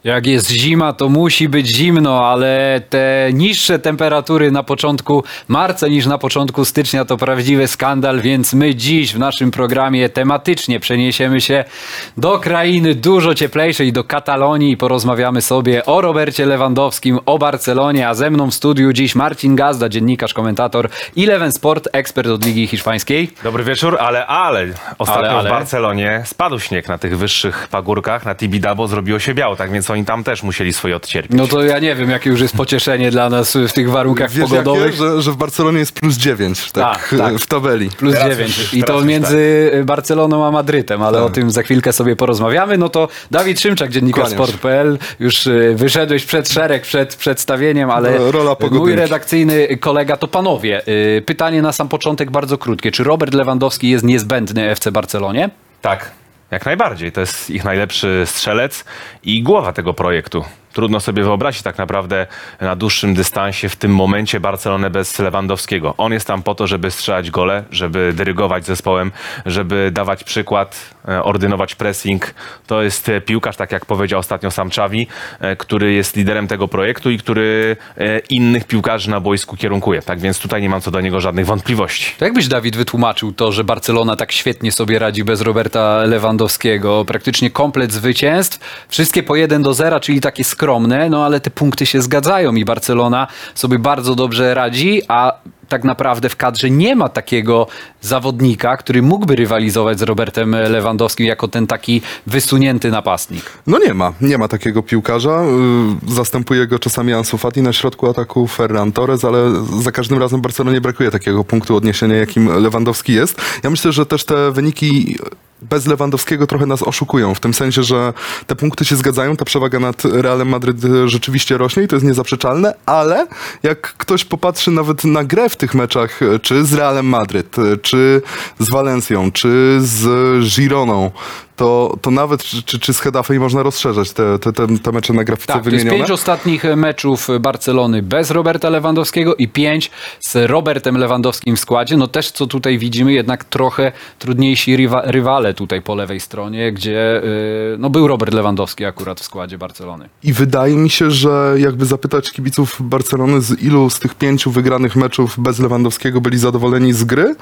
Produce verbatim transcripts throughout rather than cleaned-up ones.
Jak jest zima, to musi być zimno, ale te niższe temperatury na początku marca niż na początku stycznia to prawdziwy skandal, więc my dziś w naszym programie tematycznie przeniesiemy się do krainy dużo cieplejszej, do Katalonii i porozmawiamy sobie o Robercie Lewandowskim, o Barcelonie, a ze mną w studiu dziś Marcin Gazda, dziennikarz, komentator Eleven Sport, ekspert od Ligi Hiszpańskiej. Dobry wieczór, ale ale ostatnio ale, ale. w Barcelonie spadł śnieg na tych wyższych pagórkach, na Tibidabo zrobiło się biało, tak więc oni tam też musieli swoje odcierpieć. No to ja nie wiem, jakie już jest pocieszenie dla nas w tych warunkach Wiesz, pogodowych. jakie? Że, że w Barcelonie jest plus dziewięć, tak, Tak, tak. w tabeli. Plus Teraz dziewięć. już- I teraz to już między Barceloną a Madrytem, ale Tak. o tym za chwilkę sobie porozmawiamy. No to Dawid Szymczak, dziennikarz Kłaniam się. sport kropka p l. Już y, wyszedłeś przed szereg, przed przedstawieniem, ale No, rola mój pogodynki. redakcyjny kolega to panowie. Y, pytanie na sam początek bardzo krótkie. Czy Robert Lewandowski jest niezbędny F C Barcelonie? Tak, jak najbardziej. To jest ich najlepszy strzelec i głowa tego projektu. Trudno sobie wyobrazić tak naprawdę na dłuższym dystansie w tym momencie Barcelonę bez Lewandowskiego. On jest tam po to, żeby strzelać gole, żeby dyrygować zespołem, żeby dawać przykład, e, ordynować pressing. To jest e, piłkarz, tak jak powiedział ostatnio sam Xavi, e, który jest liderem tego projektu i który e, innych piłkarzy na boisku kierunkuje. Tak więc tutaj nie mam co do niego żadnych wątpliwości. To jakbyś, Dawid, wytłumaczył to, że Barcelona tak świetnie sobie radzi bez Roberta Lewandowskiego? Praktycznie komplet zwycięstw, wszystkie po jeden do zera, czyli takie skromne, no ale te punkty się zgadzają i Barcelona sobie bardzo dobrze radzi, a tak naprawdę w kadrze nie ma takiego zawodnika, który mógłby rywalizować z Robertem Lewandowskim jako ten taki wysunięty napastnik. No nie ma, nie ma takiego piłkarza. Yy, Zastępuje go czasami Ansu Fati na środku ataku, Ferran Torres, ale za każdym razem Barcelonie brakuje takiego punktu odniesienia, jakim Lewandowski jest. Ja myślę, że też te wyniki bez Lewandowskiego trochę nas oszukują, w tym sensie, że te punkty się zgadzają, ta przewaga nad Realem Madryt rzeczywiście rośnie i to jest niezaprzeczalne, ale jak ktoś popatrzy nawet na grę w tych meczach, czy z Realem Madryt, czy z Walencją, czy z Gironą, to, to nawet czy, czy z Getafe można rozszerzać te, te, te, te mecze na grafice Tak, to jest wymienione. pięć ostatnich meczów Barcelony bez Roberta Lewandowskiego i pięć z Robertem Lewandowskim w składzie. No też, co tutaj widzimy, jednak trochę trudniejsi rywa, rywale tutaj po lewej stronie, gdzie yy, no był Robert Lewandowski akurat w składzie Barcelony. I wydaje mi się, że jakby zapytać kibiców Barcelony, z ilu z tych pięciu wygranych meczów bez Lewandowskiego byli zadowoleni z gry,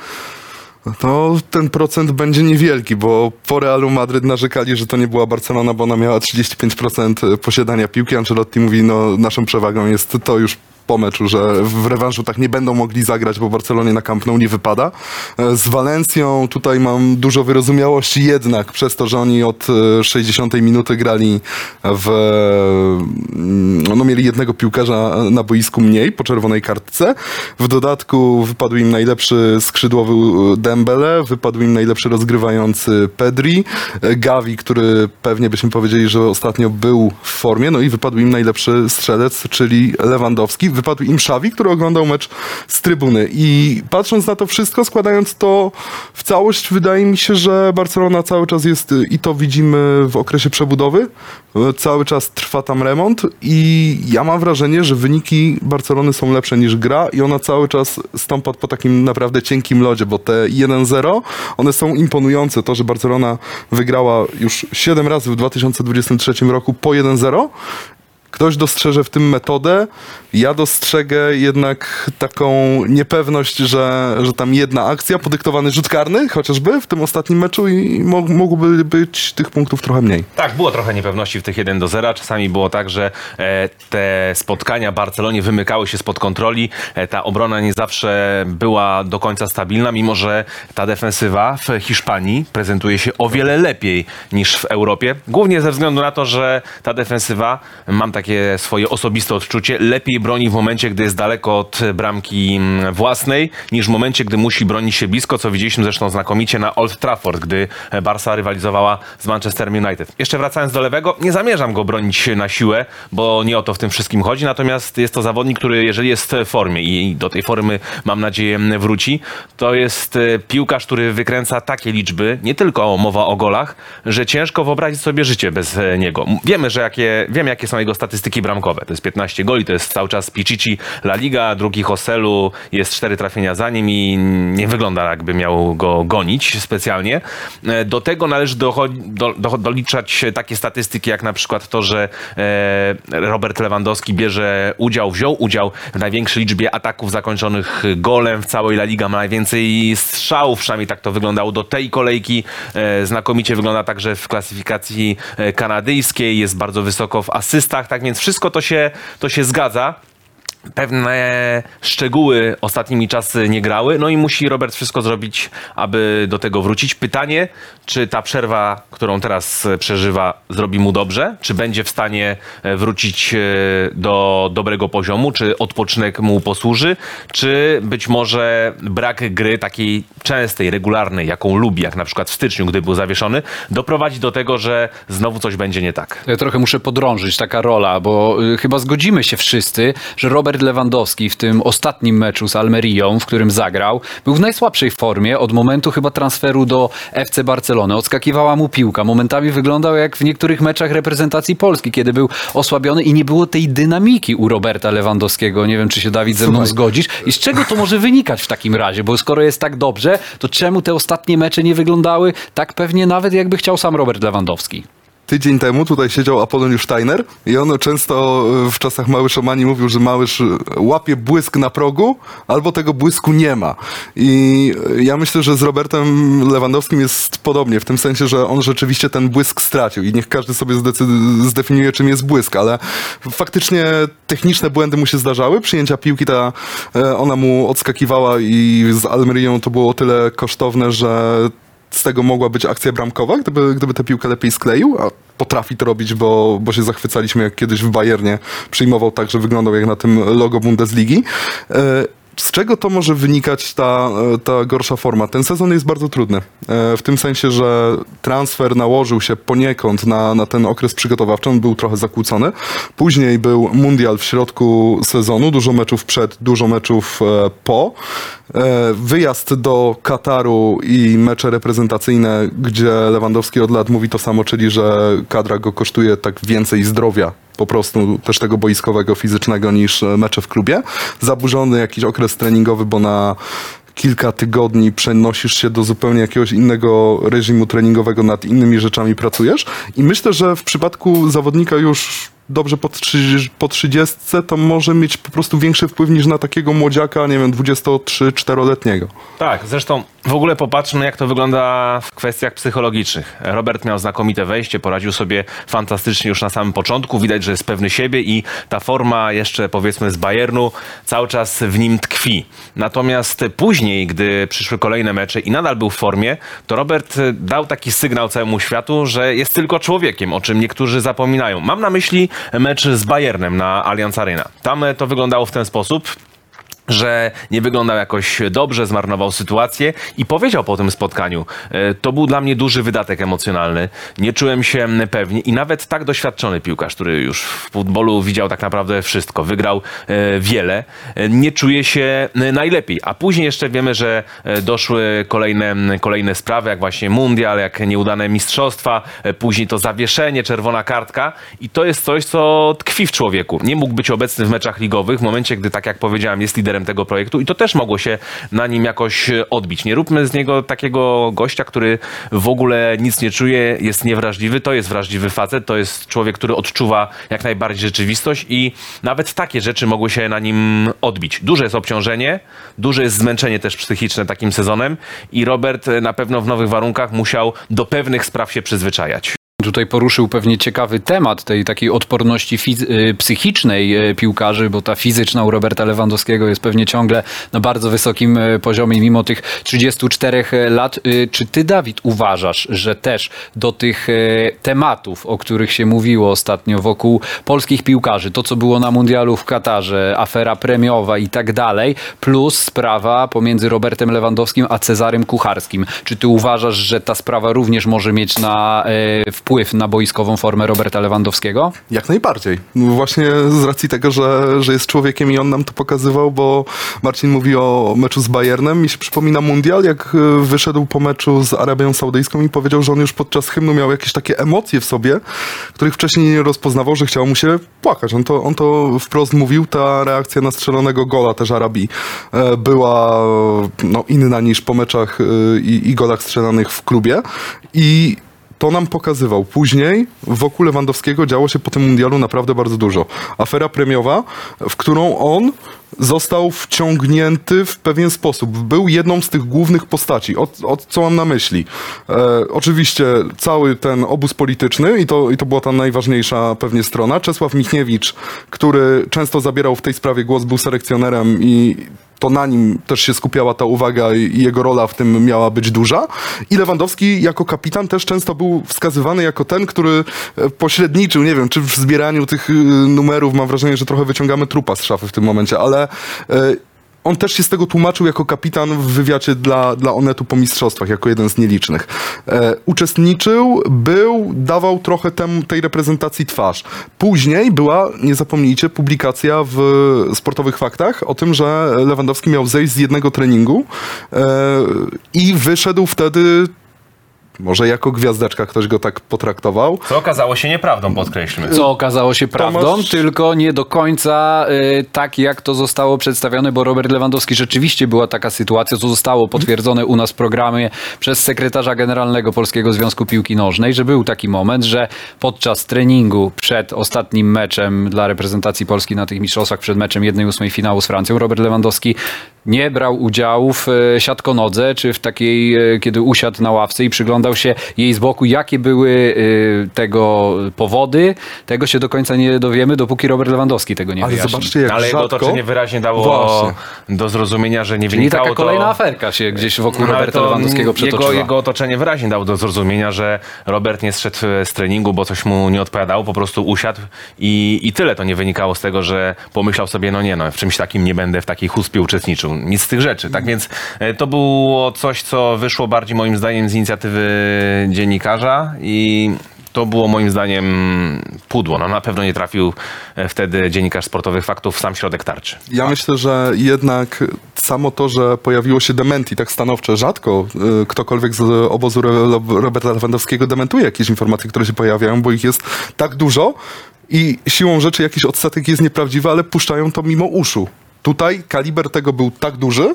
to ten procent będzie niewielki, bo po Realu Madryt narzekali, że to nie była Barcelona, bo ona miała trzydzieści pięć procent posiadania piłki. Ancelotti mówi, no naszą przewagą jest to już po meczu, że w rewanżu tak nie będą mogli zagrać, bo Barcelonie na Camp Nou nie wypada. Z Walencją tutaj mam dużo wyrozumiałości jednak przez to, że oni od sześćdziesiątej minuty grali w... no mieli jednego piłkarza na boisku mniej po czerwonej kartce. W dodatku wypadł im najlepszy skrzydłowy Dembele, wypadł im najlepszy rozgrywający Pedri, Gavi, który pewnie byśmy powiedzieli, że ostatnio był w formie, no i wypadł im najlepszy strzelec, czyli Lewandowski. Wypadł im Xavi, który oglądał mecz z trybuny. I patrząc na to wszystko, składając to w całość, wydaje mi się, że Barcelona cały czas jest, i to widzimy w okresie przebudowy, cały czas trwa tam remont i ja mam wrażenie, że wyniki Barcelony są lepsze niż gra i ona cały czas stąpa po takim naprawdę cienkim lodzie, bo te jeden zero, one są imponujące. To, że Barcelona wygrała już siedem razy w dwa tysiące dwudziestym trzecim roku po jeden zero, ktoś dostrzeże w tym metodę. Ja dostrzegę jednak taką niepewność, że, że tam jedna akcja, podyktowany rzut karny chociażby w tym ostatnim meczu i mo- mogłoby być tych punktów trochę mniej. Tak, było trochę niepewności w tych jeden do zera. Czasami było tak, że e, te spotkania Barcelonie wymykały się spod kontroli. E, ta obrona nie zawsze była do końca stabilna, mimo że ta defensywa w Hiszpanii prezentuje się o wiele lepiej niż w Europie. Głównie ze względu na to, że ta defensywa, mam takie swoje osobiste odczucie, lepiej broni w momencie, gdy jest daleko od bramki własnej, niż w momencie, gdy musi bronić się blisko, co widzieliśmy zresztą znakomicie na Old Trafford, gdy Barca rywalizowała z Manchesterem United. Jeszcze wracając do lewego, nie zamierzam go bronić na siłę, bo nie o to w tym wszystkim chodzi, natomiast jest to zawodnik, który jeżeli jest w formie i do tej formy mam nadzieję wróci, to jest piłkarz, który wykręca takie liczby, nie tylko mowa o golach, że ciężko wyobrazić sobie życie bez niego. Wiemy, że jakie, wiemy, jakie są jego statystyki statystyki bramkowe. To jest piętnaście goli, to jest cały czas Pichichi La Liga, drugi Joselu, jest cztery trafienia za nim i nie wygląda jakby miał go gonić specjalnie. Do tego należy do, do, do, doliczać takie statystyki jak na przykład to, że e, Robert Lewandowski bierze udział, wziął udział w największej liczbie ataków zakończonych golem w całej La Liga, ma najwięcej strzałów, przynajmniej tak to wyglądało do tej kolejki. E, znakomicie wygląda także w klasyfikacji kanadyjskiej, jest bardzo wysoko w asystach, tak więc wszystko to się, to się zgadza. Pewne szczegóły ostatnimi czasy nie grały, no i musi Robert wszystko zrobić, aby do tego wrócić. Pytanie, czy ta przerwa, którą teraz przeżywa, zrobi mu dobrze? Czy będzie w stanie wrócić do dobrego poziomu? Czy odpoczynek mu posłuży? Czy być może brak gry takiej częstej, regularnej, jaką lubi, jak na przykład w styczniu, gdy był zawieszony, doprowadzi do tego, że znowu coś będzie nie tak? Ja trochę muszę podrążyć taka rola, bo y, chyba zgodzimy się wszyscy, że Robert Lewandowski w tym ostatnim meczu z Almerią, w którym zagrał, był w najsłabszej formie od momentu chyba transferu do F C Barcelony. Odskakiwała mu piłka. Momentami wyglądał jak w niektórych meczach reprezentacji Polski, kiedy był osłabiony i nie było tej dynamiki u Roberta Lewandowskiego. Nie wiem, czy się Dawid ze mną Słuchaj. zgodzisz. I z czego to może wynikać w takim razie? Bo skoro jest tak dobrze, to czemu te ostatnie mecze nie wyglądały tak pewnie nawet jakby chciał sam Robert Lewandowski? Tydzień temu tutaj siedział Apoloniusz Steiner i on często w czasach Małysza Mani mówił, że Małysz łapie błysk na progu, albo tego błysku nie ma. I ja myślę, że z Robertem Lewandowskim jest podobnie, w tym sensie, że on rzeczywiście ten błysk stracił i niech każdy sobie zdecyd- zdefiniuje, czym jest błysk, ale faktycznie techniczne błędy mu się zdarzały, przyjęcia piłki ta, ona mu odskakiwała i z Almerią to było o tyle kosztowne, że z tego mogła być akcja bramkowa, gdyby, gdyby tę piłkę lepiej skleił, a potrafi to robić, bo, bo się zachwycaliśmy, jak kiedyś w Bayernie przyjmował tak, że wyglądał jak na tym logo Bundesligi. Z czego to może wynikać ta, ta gorsza forma? Ten sezon jest bardzo trudny. W tym sensie, że transfer nałożył się poniekąd na, na ten okres przygotowawczy. On był trochę zakłócony. Później był mundial w środku sezonu. Dużo meczów przed, dużo meczów po. Wyjazd do Kataru i mecze reprezentacyjne, gdzie Lewandowski od lat mówi to samo, czyli że kadra go kosztuje tak więcej zdrowia, po prostu też tego boiskowego, fizycznego, niż mecze w klubie. Zaburzony jakiś okres treningowy, bo na kilka tygodni przenosisz się do zupełnie jakiegoś innego reżimu treningowego, nad innymi rzeczami pracujesz. I myślę, że w przypadku zawodnika już dobrze po, trzy, po trzydziestce to może mieć po prostu większy wpływ niż na takiego młodziaka, nie wiem, dwudziesto trzy czteroletniego. Tak, zresztą w ogóle popatrzmy, jak to wygląda w kwestiach psychologicznych. Robert miał znakomite wejście, poradził sobie fantastycznie już na samym początku. Widać, że jest pewny siebie i ta forma jeszcze powiedzmy z Bayernu cały czas w nim tkwi. Natomiast później, gdy przyszły kolejne mecze i nadal był w formie, to Robert dał taki sygnał całemu światu, że jest tylko człowiekiem, o czym niektórzy zapominają. Mam na myśli mecz z Bayernem na Allianz Arena. Tam to wyglądało w ten sposób, że nie wyglądał jakoś dobrze, zmarnował sytuację i powiedział po tym spotkaniu: to był dla mnie duży wydatek emocjonalny, nie czułem się pewnie i nawet tak doświadczony piłkarz, który już w futbolu widział tak naprawdę wszystko, wygrał wiele, nie czuje się najlepiej. A później jeszcze wiemy, że doszły kolejne, kolejne sprawy, jak właśnie mundial, jak nieudane mistrzostwa, później to zawieszenie, czerwona kartka i to jest coś, co tkwi w człowieku. Nie mógł być obecny w meczach ligowych w momencie, gdy, tak jak powiedziałem, jest liderem tego projektu i to też mogło się na nim jakoś odbić. Nie róbmy z niego takiego gościa, który w ogóle nic nie czuje, jest niewrażliwy. To jest wrażliwy facet, to jest człowiek, który odczuwa jak najbardziej rzeczywistość i nawet takie rzeczy mogły się na nim odbić. Duże jest obciążenie, duże jest zmęczenie też psychiczne takim sezonem i Robert na pewno w nowych warunkach musiał do pewnych spraw się przyzwyczajać. Tutaj poruszył pewnie ciekawy temat tej takiej odporności fizy- psychicznej piłkarzy, bo ta fizyczna u Roberta Lewandowskiego jest pewnie ciągle na bardzo wysokim poziomie mimo tych trzydziestu czterech lat. Czy ty, Dawid, uważasz, że też do tych tematów, o których się mówiło ostatnio wokół polskich piłkarzy, to co było na mundialu w Katarze, afera premiowa i tak dalej, plus sprawa pomiędzy Robertem Lewandowskim a Cezarym Kucharskim, czy ty uważasz, że ta sprawa również może mieć na wpływ wpływ na boiskową formę Roberta Lewandowskiego? Jak najbardziej. No właśnie z racji tego, że, że jest człowiekiem i on nam to pokazywał, bo Marcin mówi o meczu z Bayernem. Mi się przypomina Mundial, jak wyszedł po meczu z Arabią Saudyjską i powiedział, że on już podczas hymnu miał jakieś takie emocje w sobie, których wcześniej nie rozpoznawał, że chciało mu się płakać. On to, on to wprost mówił. Ta reakcja na strzelonego gola też Arabii e, była no, inna niż po meczach e, i, i golach strzelanych w klubie. I to nam pokazywał. Później wokół Lewandowskiego działo się po tym mundialu naprawdę bardzo dużo. Afera premiowa, w którą on został wciągnięty w pewien sposób. Był jedną z tych głównych postaci. O, o co mam na myśli? E, oczywiście cały ten obóz polityczny i to, i to była ta najważniejsza pewnie strona. Czesław Michniewicz, który często zabierał w tej sprawie głos, był selekcjonerem i to na nim też się skupiała ta uwaga i jego rola w tym miała być duża. I Lewandowski jako kapitan też często był wskazywany jako ten, który pośredniczył, nie wiem, czy w zbieraniu tych numerów, mam wrażenie, że trochę wyciągamy trupa z szafy w tym momencie, ale on też się z tego tłumaczył jako kapitan w wywiadzie dla, dla Onetu po mistrzostwach, jako jeden z nielicznych. E, uczestniczył, był, dawał trochę tem, tej reprezentacji twarz. Później była, nie zapomnijcie, publikacja w Sportowych Faktach o tym, że Lewandowski miał zejść z jednego treningu e, i wyszedł wtedy, może jako gwiazdeczka ktoś go tak potraktował. Co okazało się nieprawdą, podkreślmy. Co okazało się prawdą, Tomasz... tylko nie do końca y, tak, jak to zostało przedstawione, bo Robert Lewandowski rzeczywiście była taka sytuacja, co zostało potwierdzone u nas w programie przez sekretarza generalnego Polskiego Związku Piłki Nożnej, że był taki moment, że podczas treningu przed ostatnim meczem dla reprezentacji Polski na tych mistrzostwach, przed meczem jednej ósmej finału z Francją, Robert Lewandowski nie brał udziału w y, siatkonodze, czy w takiej, y, kiedy usiadł na ławce i przyglądał się jej z boku, jakie były y, tego powody, tego się do końca nie dowiemy, dopóki Robert Lewandowski tego nie Ale wyjaśni. zobaczcie, jak Ale jego rzadko... otoczenie wyraźnie dało Właśnie. do zrozumienia, że nie Czyli wynikało taka kolejna to... aferka się gdzieś wokół No, ale Roberta to Lewandowskiego przetoczyła. Jego, jego otoczenie wyraźnie dało do zrozumienia, że Robert nie zszedł z treningu, bo coś mu nie odpowiadało, po prostu usiadł i, i tyle. To nie wynikało z tego, że pomyślał sobie, no nie no, w czymś takim nie będę w takiej chuspie uczestniczył. Nic z tych rzeczy. Tak więc e, to było coś, co wyszło bardziej moim zdaniem z inicjatywy dziennikarza i to było moim zdaniem pudło. No, na pewno nie trafił wtedy dziennikarz Sportowych Faktów w sam środek tarczy. Ja myślę, że jednak samo to, że pojawiło się dementi tak stanowcze, rzadko y, ktokolwiek z obozu Ro- Roberta Lewandowskiego dementuje jakieś informacje, które się pojawiają, bo ich jest tak dużo i siłą rzeczy jakiś odsetek jest nieprawdziwy, ale puszczają to mimo uszu. Tutaj kaliber tego był tak duży,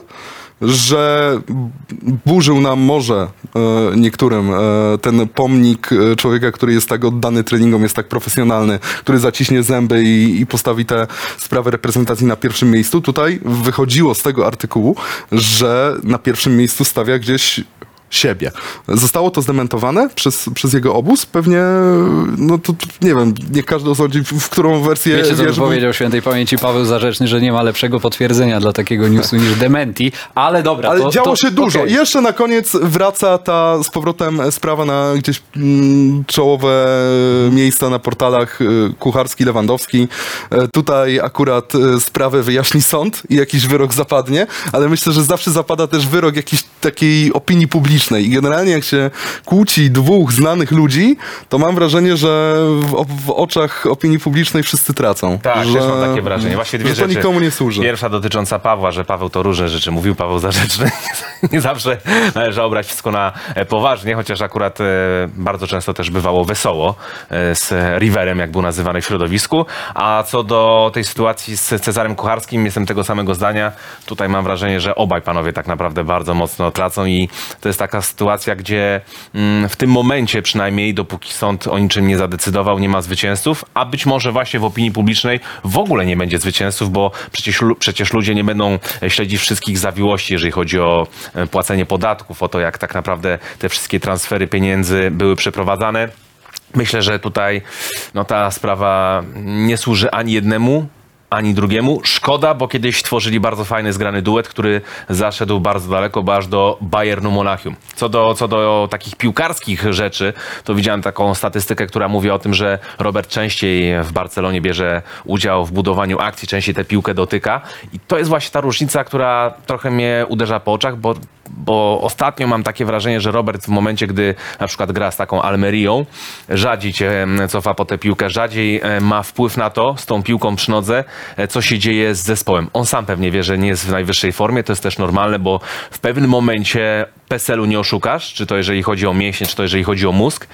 że burzył nam może e, niektórym e, ten pomnik e, człowieka, który jest tak oddany treningom, jest tak profesjonalny, który zaciśnie zęby i, i postawi tę sprawę reprezentacji na pierwszym miejscu. Tutaj wychodziło z tego artykułu, że na pierwszym miejscu stawia gdzieś siebie. Zostało to zdementowane przez, przez jego obóz. Pewnie, no to nie wiem, niech każdy osądzi, w, w którą wersję Wiecie, co wierzy. powiedział świętej pamięci Paweł Zarzeczny, że nie ma lepszego potwierdzenia dla takiego newsu niż dementi, ale dobra. Ale to, działo to, się dużo. okay. I jeszcze na koniec wraca ta z powrotem sprawa na gdzieś mm, czołowe miejsca na portalach y, Kucharski, Lewandowski. E, tutaj akurat y, sprawę wyjaśni sąd i jakiś wyrok zapadnie, ale myślę, że zawsze zapada też wyrok jakiejś takiej opinii publicznej. I generalnie jak się kłóci dwóch znanych ludzi, to mam wrażenie, że w, w oczach opinii publicznej wszyscy tracą. Tak, że, też mam takie wrażenie. Właśnie dwie że to rzeczy. nikomu nie służy. Pierwsza dotycząca Pawła, że Paweł to różne rzeczy mówił, Paweł Zarzeczny. Nie zawsze należało brać wszystko na poważnie, chociaż akurat bardzo często też bywało wesoło z Riverem, jak był nazywany w środowisku. A co do tej sytuacji z Cezarem Kucharskim, jestem tego samego zdania. Tutaj mam wrażenie, że obaj panowie tak naprawdę bardzo mocno tracą i to jest taka sytuacja, gdzie mm, w tym momencie przynajmniej, dopóki sąd o niczym nie zadecydował, nie ma zwycięzców, a być może właśnie w opinii publicznej w ogóle nie będzie zwycięzców, bo przecież, przecież ludzie nie będą śledzić wszystkich zawiłości, jeżeli chodzi o płacenie podatków, o to, jak tak naprawdę te wszystkie transfery pieniędzy były przeprowadzane. Myślę, że tutaj no, ta sprawa nie służy ani jednemu, ani drugiemu. Szkoda, bo kiedyś tworzyli bardzo fajny, zgrany duet, który zaszedł bardzo daleko, bo aż do Bayernu Monachium. Co do, co do takich piłkarskich rzeczy, to widziałem taką statystykę, która mówi o tym, że Robert częściej w Barcelonie bierze udział w budowaniu akcji, częściej tę piłkę dotyka. I to jest właśnie ta różnica, która trochę mnie uderza po oczach, bo bo ostatnio mam takie wrażenie, że Robert w momencie, gdy na przykład gra z taką Almerią, rzadziej się cofa po tę piłkę, rzadziej ma wpływ na to z tą piłką przy nodze, co się dzieje z zespołem. On sam pewnie wie, że nie jest w najwyższej formie, to jest też normalne, bo w pewnym momencie PESEL-u nie oszukasz, czy to jeżeli chodzi o mięśnie, czy to jeżeli chodzi o mózg,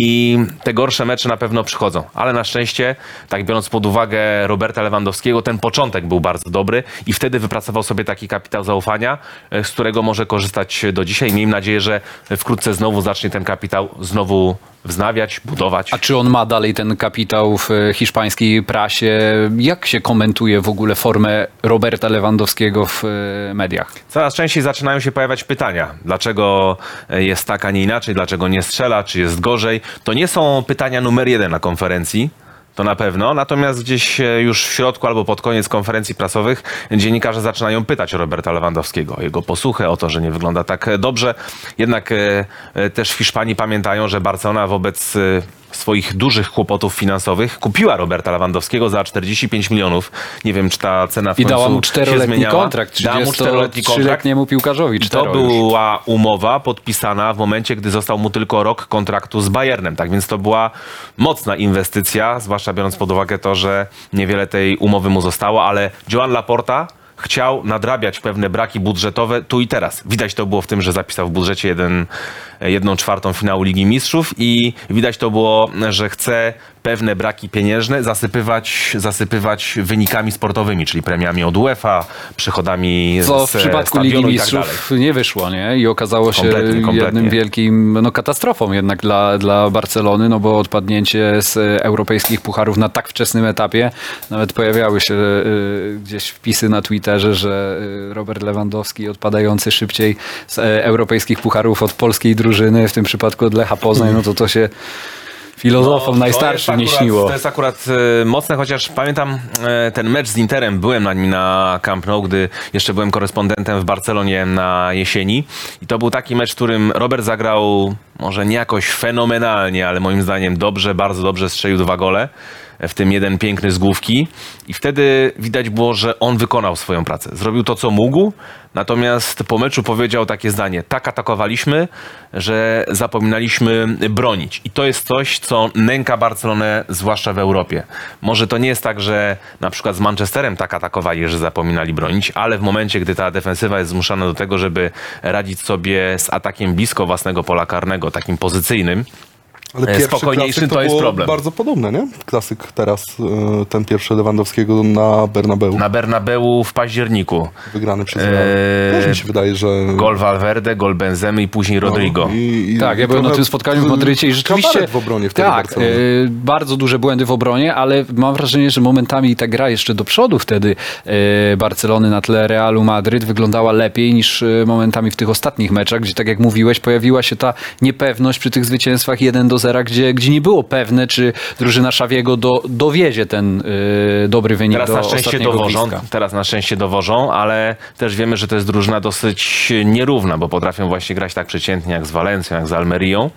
i te gorsze mecze na pewno przychodzą. Ale na szczęście, tak biorąc pod uwagę Roberta Lewandowskiego, ten początek był bardzo dobry i wtedy wypracował sobie taki kapitał zaufania, z którego może korzystać do dzisiaj. Miejmy nadzieję, że wkrótce znowu zacznie ten kapitał znowu wznawiać, budować. A czy on ma dalej ten kapitał w hiszpańskiej prasie? Jak się komentuje w ogóle formę Roberta Lewandowskiego w mediach? Coraz częściej zaczynają się pojawiać pytania. Dlaczego jest tak, a nie inaczej? Dlaczego nie strzela? Czy jest gorzej? To nie są pytania numer jeden na konferencji. To na pewno. Natomiast gdzieś już w środku albo pod koniec konferencji prasowych dziennikarze zaczynają pytać o Roberta Lewandowskiego, o jego posłuchę, o to, że nie wygląda tak dobrze. Jednak e, też w Hiszpanii pamiętają, że Barcelona wobec e, swoich dużych kłopotów finansowych kupiła Roberta Lewandowskiego za czterdzieści pięć milionów. Nie wiem, czy ta cena w I końcu dała mu się czteroletni zmieniała. kontrakt, Dała mu czteroletni kontrakt. trzyletniemu piłkarzowi. To cztero już. była umowa podpisana w momencie, gdy został mu tylko rok kontraktu z Bayernem. Tak więc to była mocna inwestycja, zwłaszcza biorąc pod uwagę to, że niewiele tej umowy mu zostało, ale Joan Laporta chciał nadrabiać pewne braki budżetowe tu i teraz. Widać to było w tym, że zapisał w budżecie jeden, jedną czwartą finału Ligi Mistrzów i widać to było, że chce pewne braki pieniężne zasypywać, zasypywać wynikami sportowymi, czyli premiami od UEFA, przychodami Co z w przypadku Ligi stadionu i tak dalej. Mistrzów nie wyszło, nie? I okazało się Kompletnie, kompletnie. jednym wielkim no, katastrofą jednak dla, dla Barcelony, no bo odpadnięcie z europejskich pucharów na tak wczesnym etapie, nawet pojawiały się y, gdzieś wpisy na Twitterze, że y, Robert Lewandowski odpadający szybciej z y, europejskich pucharów od polskiej drużyny, w tym przypadku od Lecha Poznań, no to to się filozofom No, najstarszym to nie jest akurat, śniło. To jest akurat e, mocne, chociaż pamiętam e, ten mecz z Interem. Byłem na nim na Camp Nou, gdy jeszcze byłem korespondentem w Barcelonie na jesieni. I to był taki mecz, w którym Robert zagrał może nie jakoś fenomenalnie, ale moim zdaniem dobrze, bardzo dobrze strzelił dwa gole. W tym jeden piękny z główki. I wtedy widać było, że on wykonał swoją pracę. Zrobił to, co mógł, natomiast po meczu powiedział takie zdanie: tak atakowaliśmy, że zapominaliśmy bronić. I to jest coś, co nęka Barcelonę, zwłaszcza w Europie. Może to nie jest tak, że na przykład z Manchesterem tak atakowali, że zapominali bronić, ale w momencie, gdy ta defensywa jest zmuszana do tego, żeby radzić sobie z atakiem blisko własnego pola karnego, takim pozycyjnym, Ale pierwszy spokojniejszym, klasyk to jest było problem. bardzo podobne, nie? Klasyk teraz, y, ten pierwszy Lewandowskiego na Bernabeu, Na Bernabeu w październiku. wygrany przez Eee, Real. Też mi się wydaje, że... Gol Valverde, gol Benzemy i później Rodrigo. No, i, i, Tak, ja i byłem na trochę tym spotkaniu w Madrycie i rzeczywiście... kabaret w obronie wtedy tak, Barcelony. e, bardzo duże błędy w obronie, ale mam wrażenie, że momentami ta gra jeszcze do przodu wtedy e, Barcelony na tle Realu Madryt wyglądała lepiej niż e, momentami w tych ostatnich meczach, gdzie tak jak mówiłeś, pojawiła się ta niepewność przy tych zwycięstwach jeden do zera, gdzie, gdzie nie było pewne, czy drużyna Xaviego do, dowiezie ten e, dobry wynik Teraz do na szczęście ostatniego dowożą, bliska. teraz na szczęście dowożą, ale też wiemy, że to jest drużyna dosyć nierówna, bo potrafią właśnie grać tak przeciętnie jak z Walencją, jak z Almerią,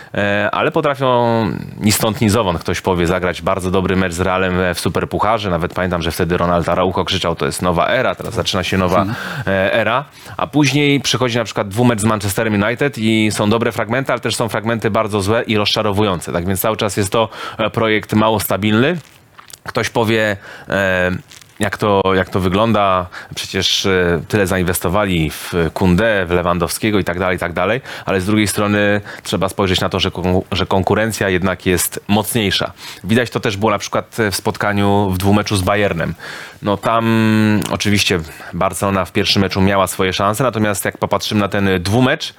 e, ale potrafią ni stąd, ni zowąd, ktoś powie, zagrać bardzo dobry mecz z Realem w Superpucharze. Nawet pamiętam, że wtedy Ronald Araujo krzyczał: to jest nowa era, teraz zaczyna się nowa e, era, a później przychodzi na przykład dwumecz z Manchesterem United i są dobre fragmenty, ale też są fragmenty bardzo złe i rozczarowujące. Tak więc cały czas jest to e, projekt mało stabilny. Ktoś powie, e, jak to, jak to wygląda, przecież e, tyle zainwestowali w Koundé, w Lewandowskiego i tak dalej, i tak dalej, ale z drugiej strony trzeba spojrzeć na to, że, kon- że konkurencja jednak jest mocniejsza. Widać to też było na przykład w spotkaniu w dwumeczu z Bayernem. No tam oczywiście Barcelona w pierwszym meczu miała swoje szanse, natomiast jak popatrzymy na ten dwumecz,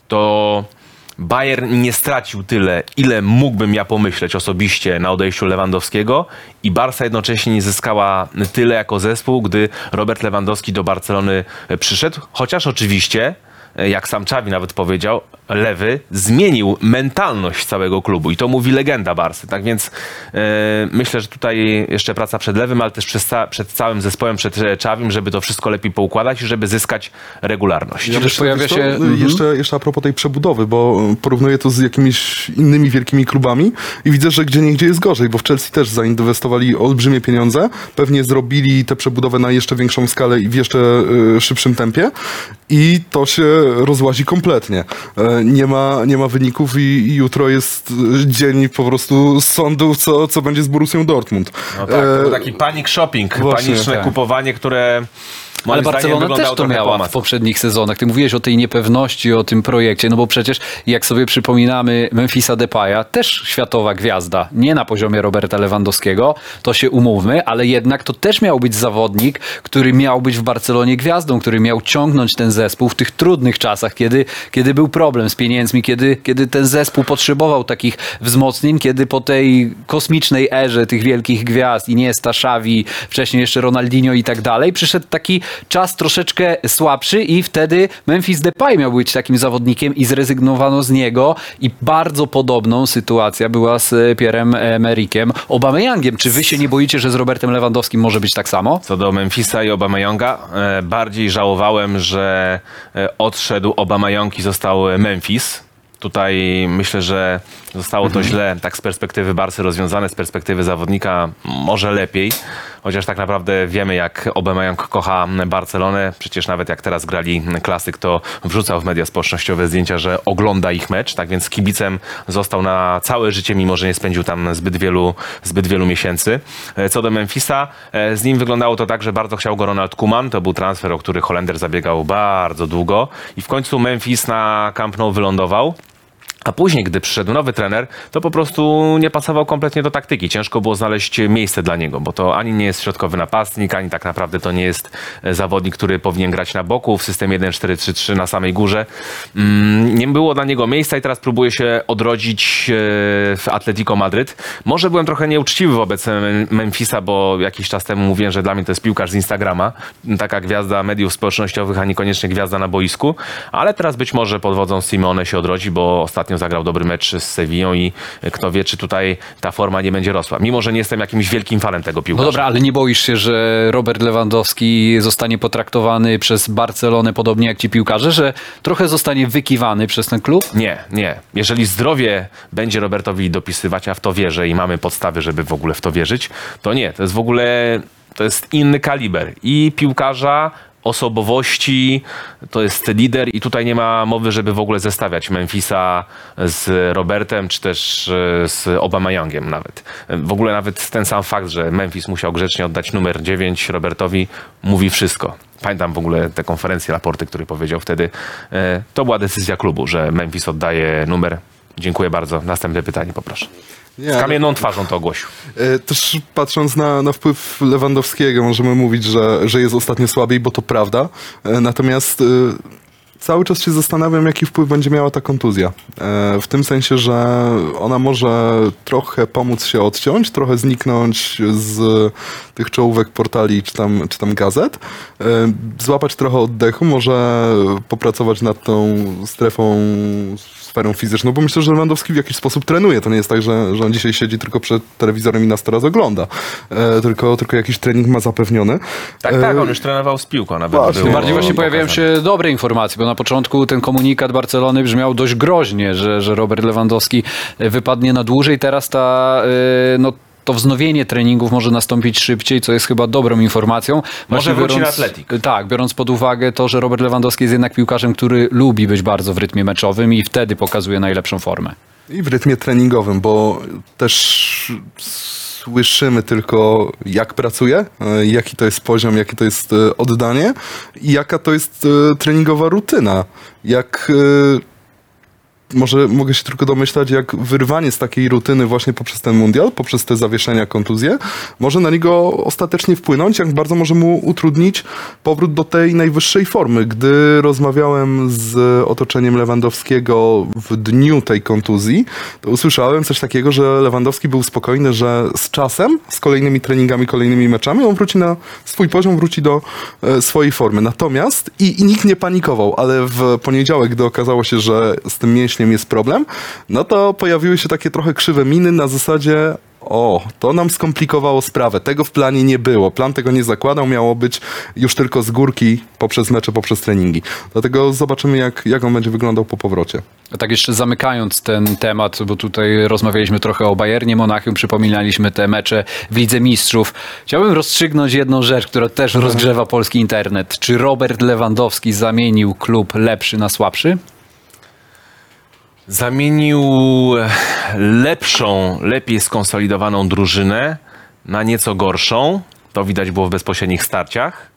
to Bayern nie stracił tyle, ile mógłbym ja pomyśleć osobiście na odejściu Lewandowskiego, i Barca jednocześnie nie zyskała tyle jako zespół, gdy Robert Lewandowski do Barcelony przyszedł, chociaż oczywiście, jak sam Xavi nawet powiedział, lewy zmienił mentalność całego klubu i to mówi legenda Barsy. Tak więc e, myślę, że tutaj jeszcze praca przed lewym, ale też przed, ca- przed całym zespołem, przed Xavim, żeby to wszystko lepiej poukładać i żeby zyskać regularność. Ja też myślę, pojawia wiesz co, się- Mhm. jeszcze, jeszcze a propos tej przebudowy, bo porównuję to z jakimiś innymi wielkimi klubami i widzę, że gdzie niegdzie jest gorzej, bo w Chelsea też zainwestowali olbrzymie pieniądze, pewnie zrobili tę przebudowę na jeszcze większą skalę i w jeszcze y, szybszym tempie i to się rozłazi kompletnie. E, nie ma, nie ma wyników i, i jutro jest dzień po prostu sądu, co, co będzie z Borussią Dortmund. No tak, to był E, taki panic shopping, właśnie, paniczne tak. kupowanie, które moim Ale zdaniem Barcelona wyglądało też to trochę miała po w masku. poprzednich sezonach. Ty mówiłeś o tej niepewności, o tym projekcie, no bo przecież jak sobie przypominamy Memphisa Depaya, też światowa gwiazda, nie na poziomie Roberta Lewandowskiego, to się umówmy, ale jednak to też miał być zawodnik, który miał być w Barcelonie gwiazdą, który miał ciągnąć ten zespół w tych trudnych czasach, kiedy, kiedy był problem z pieniędzmi, kiedy, kiedy ten zespół potrzebował takich wzmocnień, kiedy po tej kosmicznej erze tych wielkich gwiazd, Iniesta, Xavi, wcześniej jeszcze Ronaldinho i tak dalej, przyszedł taki czas troszeczkę słabszy i wtedy Memphis Depay miał być takim zawodnikiem i zrezygnowano z niego i bardzo podobną sytuacja była z Pierre'em Emerikiem Aubameyangiem. Czy wy się nie boicie, że z Robertem Lewandowskim może być tak samo? Co do Memphisa i Aubameyanga, e, bardziej żałowałem, że e, odszedł Aubameyang i został Memphis. Tutaj myślę, że zostało to źle tak z perspektywy Barsy rozwiązane, z perspektywy zawodnika może lepiej. Chociaż tak naprawdę wiemy, jak Aubameyang kocha Barcelonę. Przecież nawet jak teraz grali klasyk, to wrzucał w media społecznościowe zdjęcia, że ogląda ich mecz. Tak więc kibicem został na całe życie, mimo że nie spędził tam zbyt wielu, zbyt wielu miesięcy. Co do Memphisa, z nim wyglądało to tak, że bardzo chciał go Ronald Koeman. To był transfer, o który Holender zabiegał bardzo długo. I w końcu Memphis na Camp Nou wylądował. A później, gdy przyszedł nowy trener, to po prostu nie pasował kompletnie do taktyki. Ciężko było znaleźć miejsce dla niego, bo to ani nie jest środkowy napastnik, ani tak naprawdę to nie jest zawodnik, który powinien grać na boku w systemie jeden cztery trzy trzy na samej górze. Nie było dla niego miejsca i teraz próbuje się odrodzić w Atletico Madryt. Może byłem trochę nieuczciwy wobec Memphisa, bo jakiś czas temu mówiłem, że dla mnie to jest piłkarz z Instagrama. Taka gwiazda mediów społecznościowych, a niekoniecznie gwiazda na boisku. Ale teraz być może pod wodzą Simeone się odrodzi, bo ostatnio zagrał dobry mecz z Sevillą i kto wie, czy tutaj ta forma nie będzie rosła. Mimo że nie jestem jakimś wielkim fanem tego No piłkarza. dobra, ale nie boisz się, że Robert Lewandowski zostanie potraktowany przez Barcelonę podobnie jak ci piłkarze, że trochę zostanie wykiwany przez ten klub? Nie, nie. Jeżeli zdrowie będzie Robertowi dopisywać, a w to wierzę i mamy podstawy, żeby w ogóle w to wierzyć, to nie. To jest w ogóle, to jest inny kaliber i piłkarza, osobowości, to jest lider i tutaj nie ma mowy, żeby w ogóle zestawiać Memphisa z Robertem, czy też e, z Aubameyangiem nawet. W ogóle nawet ten sam fakt, że Memphis musiał grzecznie oddać numer dziewięć Robertowi, mówi wszystko. Pamiętam w ogóle te konferencje Laporty, który powiedział wtedy, e, to była decyzja klubu, że Memphis oddaje numer. Dziękuję bardzo. Następne pytanie, poproszę. Nie, Z ale- kamienną twarzą to ogłosił. E, Też patrząc na, na wpływ Lewandowskiego, możemy mówić, że, że jest ostatnio słabiej, bo to prawda. E, Natomiast e, cały czas się zastanawiam, jaki wpływ będzie miała ta kontuzja. E, W tym sensie, że ona może trochę pomóc się odciąć, trochę zniknąć z tych czołówek portali czy tam, czy tam gazet, e, złapać trochę oddechu, może popracować nad tą strefą, sferą fizyczną, bo myślę, że Lewandowski w jakiś sposób trenuje. To nie jest tak, że, że on dzisiaj siedzi tylko przed telewizorem i nas teraz ogląda. E, tylko, tylko jakiś trening ma zapewniony. Tak, E, tak, on już trenował z piłką. Nawet Właśnie. było Tym bardziej właśnie pojawiają pokazane. się dobre informacje, bo na początku ten komunikat Barcelony brzmiał dość groźnie, że, że Robert Lewandowski wypadnie na dłużej. Teraz ta, yy, no, to wznowienie treningów może nastąpić szybciej, co jest chyba dobrą informacją. Może Właśnie wróci na Atletik. Tak, biorąc pod uwagę to, że Robert Lewandowski jest jednak piłkarzem, który lubi być bardzo w rytmie meczowym i wtedy pokazuje najlepszą formę. I w rytmie treningowym, bo też słyszymy tylko, jak pracuje, e, jaki to jest poziom, jakie to jest e, oddanie i jaka to jest e, treningowa rutyna. Jak e, może mogę się tylko domyślać, jak wyrwanie z takiej rutyny właśnie poprzez ten mundial, poprzez te zawieszenia, kontuzje, może na niego ostatecznie wpłynąć, jak bardzo może mu utrudnić powrót do tej najwyższej formy. Gdy rozmawiałem z otoczeniem Lewandowskiego w dniu tej kontuzji, to usłyszałem coś takiego, że Lewandowski był spokojny, że z czasem, z kolejnymi treningami, kolejnymi meczami, on wróci na swój poziom, wróci do e, swojej formy. Natomiast, i, i nikt nie panikował, ale w poniedziałek, gdy okazało się, że z tym mięśniem jest problem, no to pojawiły się takie trochę krzywe miny na zasadzie o, to nam skomplikowało sprawę. Tego w planie nie było. Plan tego nie zakładał. Miało być już tylko z górki poprzez mecze, poprzez treningi. Dlatego zobaczymy, jak, jak on będzie wyglądał po powrocie. A tak jeszcze zamykając ten temat, bo tutaj rozmawialiśmy trochę o Bayernie Monachium, przypominaliśmy te mecze w Lidze Mistrzów. Chciałbym rozstrzygnąć jedną rzecz, która też rozgrzewa polski internet. Czy Robert Lewandowski zamienił klub lepszy na słabszy? Zamienił lepszą, lepiej skonsolidowaną drużynę na nieco gorszą. To widać było w bezpośrednich starciach.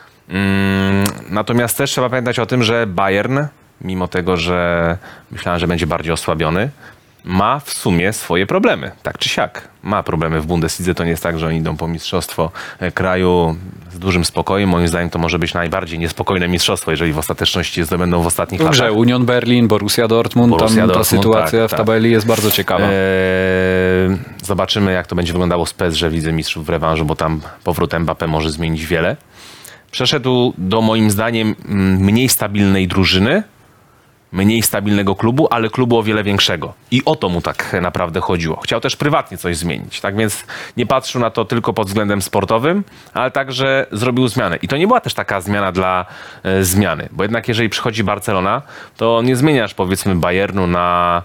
Mm, natomiast też trzeba pamiętać o tym, że Bayern, mimo tego, że myślałem, że będzie bardziej osłabiony, ma w sumie swoje problemy. Tak czy siak. Ma problemy w Bundeslidze. To nie jest tak, że oni idą po mistrzostwo kraju z dużym spokojem. Moim zdaniem to może być najbardziej niespokojne mistrzostwo, jeżeli w ostateczności je zdobędą w ostatnich latach. Dobrze, Union Berlin, Borussia Dortmund, Borussia tam Dortmund, ta sytuacja tak, w tak. tabeli jest bardzo ciekawa. Eee, zobaczymy, jak to będzie wyglądało z P S G w Lidze Mistrzów w rewanżu, bo tam powrót Mbappé może zmienić wiele. Przeszedł do, moim zdaniem, mniej stabilnej drużyny, mniej stabilnego klubu, ale klubu o wiele większego. I o to mu tak naprawdę chodziło. Chciał też prywatnie coś zmienić. Tak więc nie patrzył na to tylko pod względem sportowym, ale także zrobił zmianę. I to nie była też taka zmiana dla e, zmiany. Bo jednak jeżeli przychodzi Barcelona, to nie zmieniasz powiedzmy Bayernu na...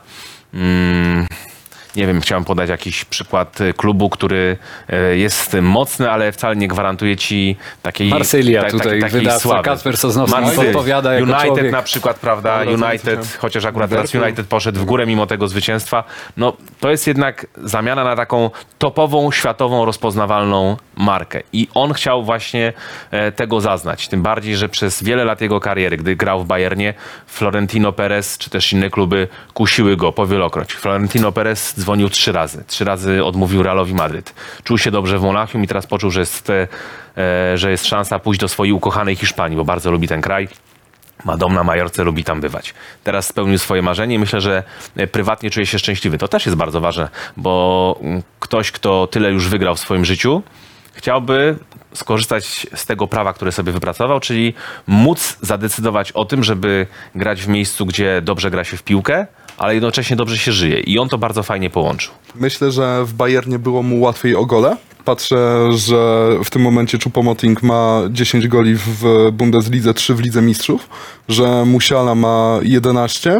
Mm, nie wiem, chciałem podać jakiś przykład klubu, który e, jest mocny, ale wcale nie gwarantuje ci takiej Marsylia ta- tutaj, takiej wydawca sławy. Kacper Sosnowski Marsylia. podpowiada jako United człowiek. na przykład, prawda, Dobra, United, zobaczymy. chociaż akurat teraz Liverpool. United poszedł w górę mimo tego zwycięstwa, no to jest jednak zamiana na taką topową, światową, rozpoznawalną markę. I on chciał właśnie e, tego zaznać. Tym bardziej, że przez wiele lat jego kariery, gdy grał w Bayernie, Florentino Perez czy też inne kluby kusiły go powielokroć. Florentino Perez dzwonił trzy razy. Trzy razy odmówił Realowi Madryt. Czuł się dobrze w Monachium i teraz poczuł, że jest, e, że jest szansa pójść do swojej ukochanej Hiszpanii, bo bardzo lubi ten kraj. Ma dom na Majorce, lubi tam bywać. Teraz spełnił swoje marzenie i myślę, że prywatnie czuje się szczęśliwy. To też jest bardzo ważne, bo ktoś, kto tyle już wygrał w swoim życiu, chciałby skorzystać z tego prawa, które sobie wypracował, czyli móc zadecydować o tym, żeby grać w miejscu, gdzie dobrze gra się w piłkę, ale jednocześnie dobrze się żyje. I on to bardzo fajnie połączył. Myślę, że w Bayernie było mu łatwiej o gole. Patrzę, że w tym momencie Choupo-Moting ma dziesięć goli w Bundeslidze, trzy w Lidze Mistrzów, że Musiala ma jedenaście,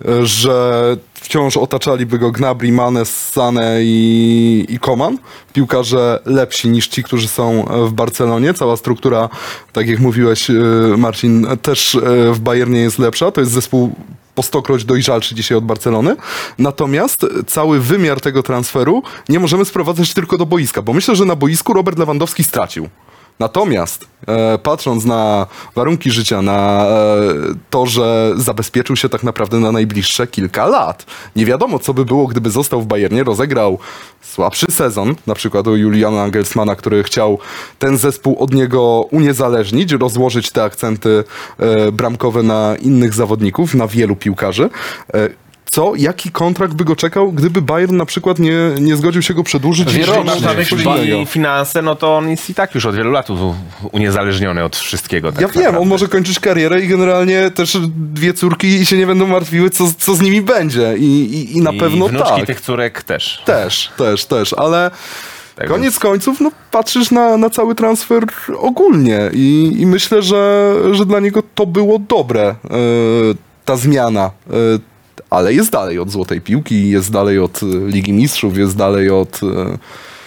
że wciąż otaczaliby go Gnabry, Manes, Sané i, i Coman. Piłkarze lepsi niż ci, którzy są w Barcelonie. Cała struktura, tak jak mówiłeś, Marcin, też w Bayernie jest lepsza. To jest zespół po stokroć dojrzalszy dzisiaj od Barcelony. Natomiast cały wymiar tego transferu nie możemy sprowadzać tylko do boiska, bo myślę, że na boisku Robert Lewandowski stracił. Natomiast e, patrząc na warunki życia, na e, to, że zabezpieczył się tak naprawdę na najbliższe kilka lat. Nie wiadomo, co by było, gdyby został w Bayernie, rozegrał słabszy sezon, na przykład u Juliana Nagelsmana, który chciał ten zespół od niego uniezależnić, rozłożyć te akcenty e, bramkowe na innych zawodników, na wielu piłkarzy. E, Co, jaki kontrakt by go czekał, gdyby Bayern na przykład nie, nie zgodził się go przedłużyć? Wierocznie. i Biorąc ściągnąć na coś myśli innego? finanse, no to on jest i tak już od wielu lat u- uniezależniony od wszystkiego. Tak Ja wiem, naprawdę. on może kończyć karierę i generalnie też dwie córki się nie będą martwiły, co, co z nimi będzie. I, i, i na I pewno wnuczki tak. tych córek też. Też, też, też, ale Tak koniec więc- końców no, patrzysz na, na cały transfer ogólnie i, i myślę, że, że dla niego to było dobre, e, ta zmiana. E, ale jest dalej od Złotej Piłki, jest dalej od e, Ligi Mistrzów, jest dalej od e,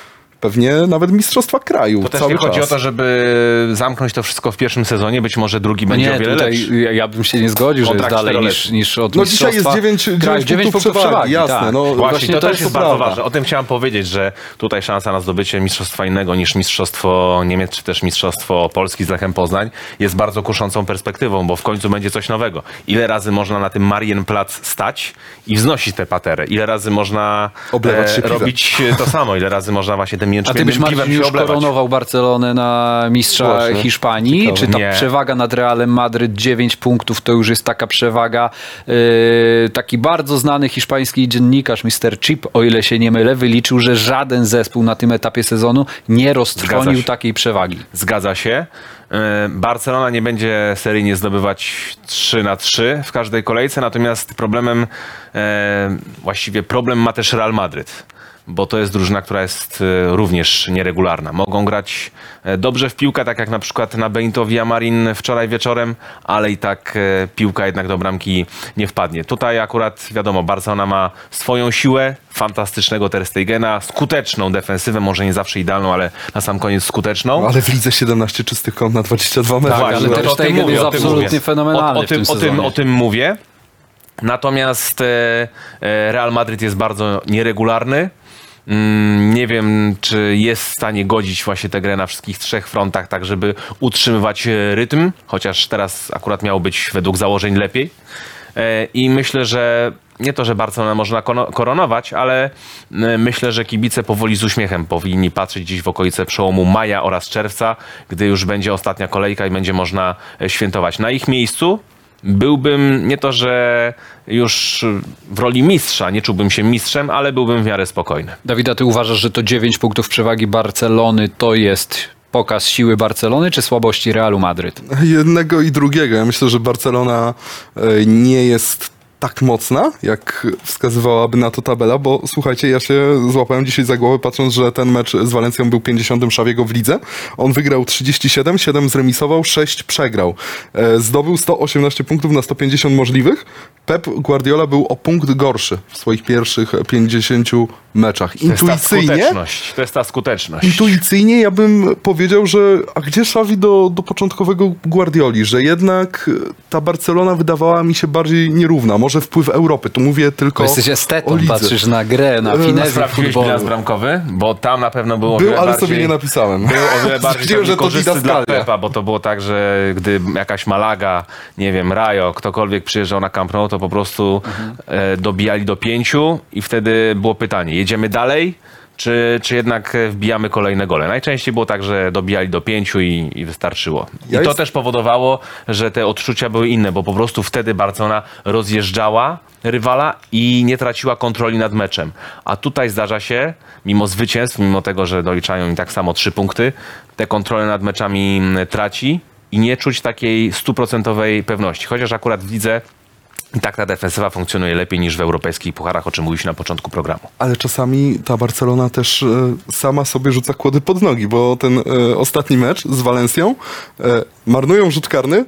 pewnie nawet mistrzostwa kraju. To też cały nie chodzi czas. o to, żeby zamknąć to wszystko w pierwszym sezonie, być może drugi będzie Nie, o wiele tutaj lepszy. ja- ja bym się nie zgodził, że jest Kontrakt dalej niż, czteroletni. niż od No dzisiaj jest mistrzostwa dziewięć, kraju. dziewięć dziewięć punktów przewagi, jasne. tak. No, Właśnie, Właśnie to, to też jest jest prawda. bardzo ważne. O tym chciałem powiedzieć, że tutaj szansa na zdobycie mistrzostwa innego niż mistrzostwo Niemiec, czy też mistrzostwo Polski z Lechem Poznań jest bardzo kuszącą perspektywą, bo w końcu będzie coś nowego. Ile razy można na tym Marienplatz stać i wznosić tę paterę? Ile razy można Oblewać się piwem. robić to samo? Ile razy można właśnie tym A ty jęczmiennym byś, Marcin, piwem się już oblewać? koronował Barcelonę na mistrza Właśnie. Hiszpanii? Ciekawe. Czy ta Nie. przewaga nad Realem Madryt dziewięć punktów to już jest taka przewaga? Yy, taki bardzo znany hiszpański dziennikarz mister Chip, o ile się nie mylę, wyliczył, że żaden zespół na tym etapie sezonu nie Zgadza roztrwonił się. takiej przewagi. Zgadza się. E, Barcelona nie będzie seryjnie zdobywać trzy na trzy w każdej kolejce, natomiast problemem, e, właściwie problem ma też Real Madryt, bo to jest drużyna, która jest e, również nieregularna. Mogą grać e, dobrze w piłkę, tak jak na przykład na Benito Villamarin wczoraj wieczorem, ale i tak e, piłka jednak do bramki nie wpadnie. Tutaj akurat wiadomo, Barcelona ma swoją siłę, fantastycznego Ter Stegena, skuteczną defensywę, może nie zawsze idealną, ale na sam koniec skuteczną. Ale w lidze siedemnaście czystych kąt na dwadzieścia dwa mecze. Tak, ale no Ter to o tym Stegen mówię, jest o tym absolutnie mówię. fenomenalny o, o, w tym tym, o, tym, sezonie. o tym mówię. Natomiast e, e, Real Madryt jest bardzo nieregularny. Mm, nie wiem, czy jest w stanie godzić właśnie tę grę na wszystkich trzech frontach, tak żeby utrzymywać e, rytm, chociaż teraz akurat miało być według założeń lepiej. E, I myślę, że nie to, że Barcelonę można kono- koronować, ale e, myślę, że kibice powoli z uśmiechem powinni patrzeć gdzieś w okolice przełomu maja oraz czerwca, gdy już będzie ostatnia kolejka i będzie można e, świętować. Na ich miejscu byłbym nie to, że już w roli mistrza, nie czułbym się mistrzem, ale byłbym w miarę spokojny. Dawida, ty uważasz, że to dziewięć punktów przewagi Barcelony to jest pokaz siły Barcelony czy słabości Realu Madryt? Jednego i drugiego. Ja myślę, że Barcelona e, nie jest tak mocna, jak wskazywałaby na to tabela, bo słuchajcie, ja się złapałem dzisiaj za głowę, patrząc, że ten mecz z Walencją był pięćdziesiątym Xaviego w lidze. On wygrał trzydzieści siedem, siedem zremisował, sześć przegrał. E, zdobył sto osiemnaście punktów na sto pięćdziesiąt możliwych. Pep Guardiola był o punkt gorszy w swoich pierwszych pięćdziesięciu meczach. To jest ta Intuicyjnie, skuteczność. To jest ta skuteczność. Intuicyjnie ja bym powiedział, że a gdzie Xavi do, do początkowego Guardioli, że jednak ta Barcelona wydawała mi się bardziej nierówna. Może wpływ Europy, tu mówię tylko Bo jesteś o estetą, lidze. patrzysz na grę, na finezję Sprawdziłeś futbolu. bilans bramkowy? Bo tam na pewno było o Był, wiele ale bardziej... sobie nie napisałem. Było o wiele bardziej Stwierdziłem, że to korzystny dla didaskalia. Pepa, bo to było tak, że gdy jakaś Malaga, nie wiem, Rayo, ktokolwiek przyjeżdżał na Camp Nou, to po prostu e, dobijali do pięciu i wtedy było pytanie, jedziemy dalej, czy, czy jednak wbijamy kolejne gole? Najczęściej było tak, że dobijali do pięciu i, i wystarczyło. I Ja to jest- też powodowało, że te odczucia były inne, bo po prostu wtedy Barcelona rozjeżdżała rywala i nie traciła kontroli nad meczem. A tutaj zdarza się, mimo zwycięstw, mimo tego, że doliczają im tak samo trzy punkty, te kontrole nad meczami mm, traci i nie czuć takiej stuprocentowej pewności. Chociaż akurat w lidze i tak ta defensywa funkcjonuje lepiej niż w europejskich pucharach, o czym mówiliśmy na początku programu. Ale czasami ta Barcelona też e, sama sobie rzuca kłody pod nogi, bo ten e, ostatni mecz z Walencją e, marnują rzut karny.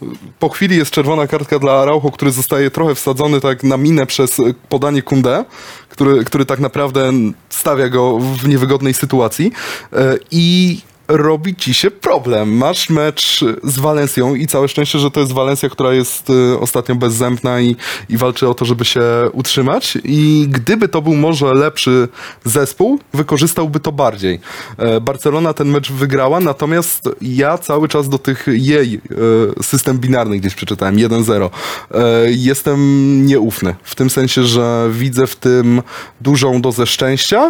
Po chwili jest czerwona kartka dla Araujo, który zostaje trochę wsadzony tak na minę przez podanie Koundé, który, który tak naprawdę stawia go w niewygodnej sytuacji. E, I robi ci się problem. Masz mecz z Walencją i całe szczęście, że to jest Walencja, która jest y, ostatnio bezzębna i, i walczy o to, żeby się utrzymać. I gdyby to był może lepszy zespół, wykorzystałby to bardziej. E, Barcelona ten mecz wygrała, natomiast ja cały czas do tych jej e, system binarny gdzieś przeczytałem, jeden zero. E, jestem nieufny. W tym sensie, że widzę w tym dużą dozę szczęścia,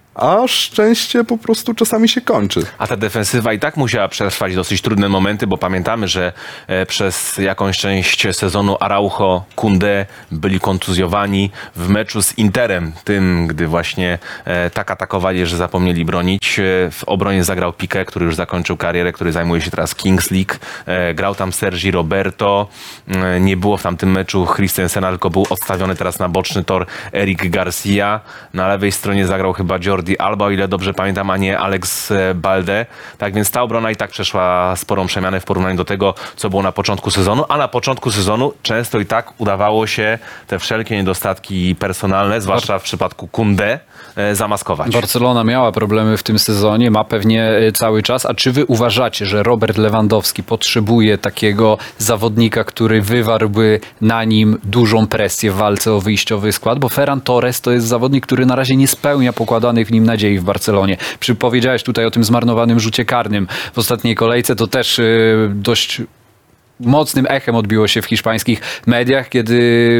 a szczęście po prostu czasami się kończy. A ta defensywa i tak musiała przetrwać dosyć trudne momenty, bo pamiętamy, że e, przez jakąś część sezonu Araujo, Koundé byli kontuzjowani w meczu z Interem, tym, gdy właśnie e, tak atakowali, że zapomnieli bronić. E, w obronie zagrał Piqué, który już zakończył karierę, który zajmuje się teraz Kings League. E, grał tam Sergi Roberto. E, nie było w tamtym meczu Christensena, tylko był odstawiony teraz na boczny tor Eric Garcia. Na lewej stronie zagrał chyba Jordi Jordi Alba, o ile dobrze pamiętam, a nie Alex Balde. Tak więc ta obrona i tak przeszła sporą przemianę w porównaniu do tego, co było na początku sezonu, a na początku sezonu często i tak udawało się te wszelkie niedostatki personalne, zwłaszcza w przypadku Koundé, zamaskować. Barcelona miała problemy w tym sezonie, ma pewnie cały czas. A czy wy uważacie, że Robert Lewandowski potrzebuje takiego zawodnika, który wywarłby na nim dużą presję w walce o wyjściowy skład? Bo Ferran Torres to jest zawodnik, który na razie nie spełnia pokładanych w nim nadziei w Barcelonie. Przy, powiedziałeś tutaj o tym zmarnowanym rzucie karnym w ostatniej kolejce, to też yy, dość mocnym echem odbiło się w hiszpańskich mediach, kiedy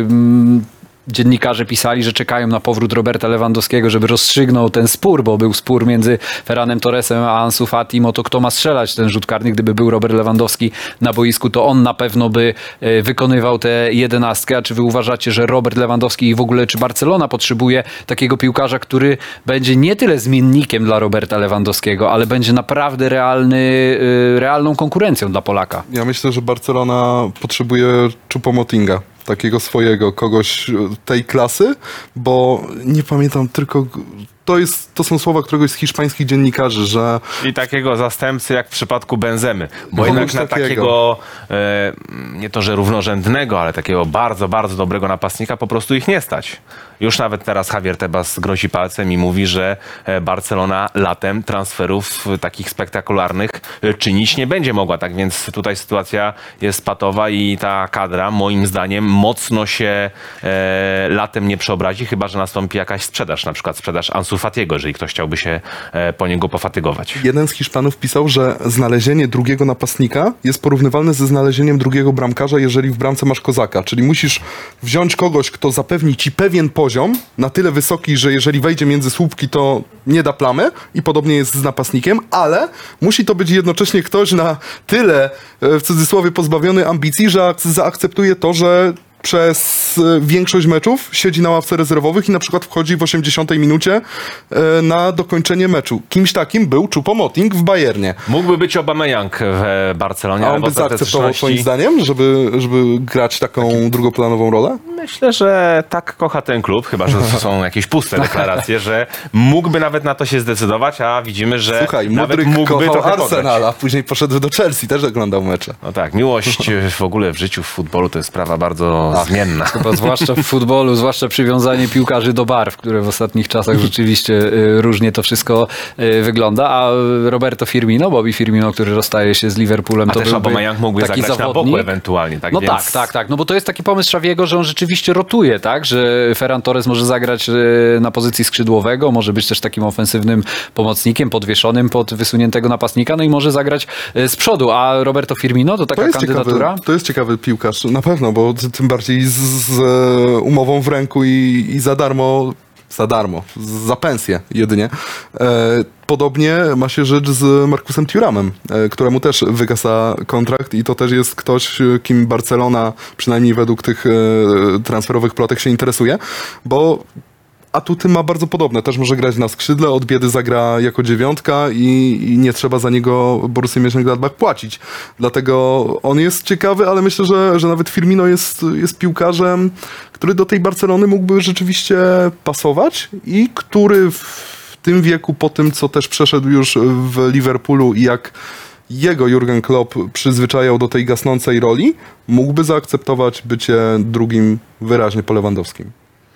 mm, dziennikarze pisali, że czekają na powrót Roberta Lewandowskiego, żeby rozstrzygnął ten spór, bo był spór między Ferranem Torresem a Ansu Fatim o to, kto ma strzelać ten rzut karny. Gdyby był Robert Lewandowski na boisku, to on na pewno by e, wykonywał tę jedenastkę. A czy wy uważacie, że Robert Lewandowski i w ogóle czy Barcelona potrzebuje takiego piłkarza, który będzie nie tyle zmiennikiem dla Roberta Lewandowskiego, ale będzie naprawdę realny, e, realną konkurencją dla Polaka? Ja myślę, że Barcelona potrzebuje Choupo-Motinga, takiego swojego, kogoś tej klasy, bo nie pamiętam tylko... To, jest, to są słowa któregoś z hiszpańskich dziennikarzy, że... I takiego zastępcy jak w przypadku Benzemy. Bo No, jednak na takiego. takiego, e, nie to że równorzędnego, ale takiego bardzo, bardzo dobrego napastnika po prostu ich nie stać. Już nawet teraz Javier Tebas grozi palcem i mówi, że Barcelona latem transferów takich spektakularnych czynić nie będzie mogła. Tak więc tutaj sytuacja jest patowa i ta kadra moim zdaniem mocno się e, latem nie przeobrazi, chyba że nastąpi jakaś sprzedaż, na przykład sprzedaż Ansu Fatiego, jeżeli ktoś chciałby się e, po niego pofatygować. Jeden z Hiszpanów pisał, że znalezienie drugiego napastnika jest porównywalne ze znalezieniem drugiego bramkarza, jeżeli w bramce masz kozaka. Czyli musisz wziąć kogoś, kto zapewni ci pewien poziom, na tyle wysoki, że jeżeli wejdzie między słupki, to nie da plamy i podobnie jest z napastnikiem, ale musi to być jednocześnie ktoś na tyle, w cudzysłowie, pozbawiony ambicji, że zaakceptuje to, że przez większość meczów siedzi na ławce rezerwowych i na przykład wchodzi w osiemdziesiątej minucie na dokończenie meczu. Kimś takim był Choupo-Moting w Bayernie. Mógłby być Aubameyang w Barcelonie. A on by zaakceptował twoim zdaniem, żeby, żeby grać taką drugoplanową rolę? Myślę, że tak kocha ten klub, chyba że to są jakieś puste deklaracje, że mógłby nawet na to się zdecydować, a widzimy, że Słuchaj, nawet Mudryk mógłby kochał trochę Arsenal, pograć. a później poszedł do Chelsea, też oglądał mecze. No tak, miłość w ogóle w życiu, w futbolu to jest sprawa bardzo zmienna. Chyba zwłaszcza w futbolu, zwłaszcza przywiązanie piłkarzy do barw, które w ostatnich czasach rzeczywiście y, różnie to wszystko y, wygląda. A Roberto Firmino, Bobby Firmino, który rozstaje się z Liverpoolem, A to też byłby Aubameyang mógłby taki zagrać zawodnik. na boku ewentualnie. Tak No więc... tak, tak, tak. No bo to jest taki pomysł Xaviego, że on rzeczywiście rotuje, tak? Że Ferran Torres może zagrać y, na pozycji skrzydłowego, może być też takim ofensywnym pomocnikiem, podwieszonym pod wysuniętego napastnika, no i może zagrać y, z przodu. A Roberto Firmino to taka To jest, kandydatura? ciekawy, to jest ciekawy piłkarz, na pewno, bo t- tym bardziej z, z e, umową w ręku i, i za darmo, za darmo, z- za pensję jedynie. E, podobnie ma się rzecz z Marcusem Thuramem, e, któremu też wygasa kontrakt i to też jest ktoś, e, kim Barcelona, przynajmniej według tych e, transferowych plotek, się interesuje, bo atuty ma bardzo podobne. Też może grać na skrzydle, od biedy zagra jako dziewiątka i, i nie trzeba za niego Borussii Mönchengladbach płacić. Dlatego on jest ciekawy, ale myślę, że, że nawet Firmino jest, jest piłkarzem, który do tej Barcelony mógłby rzeczywiście pasować i który w tym wieku, po tym co też przeszedł już w Liverpoolu i jak jego Jurgen Klopp przyzwyczajał do tej gasnącej roli, mógłby zaakceptować bycie drugim wyraźnie po Lewandowskim.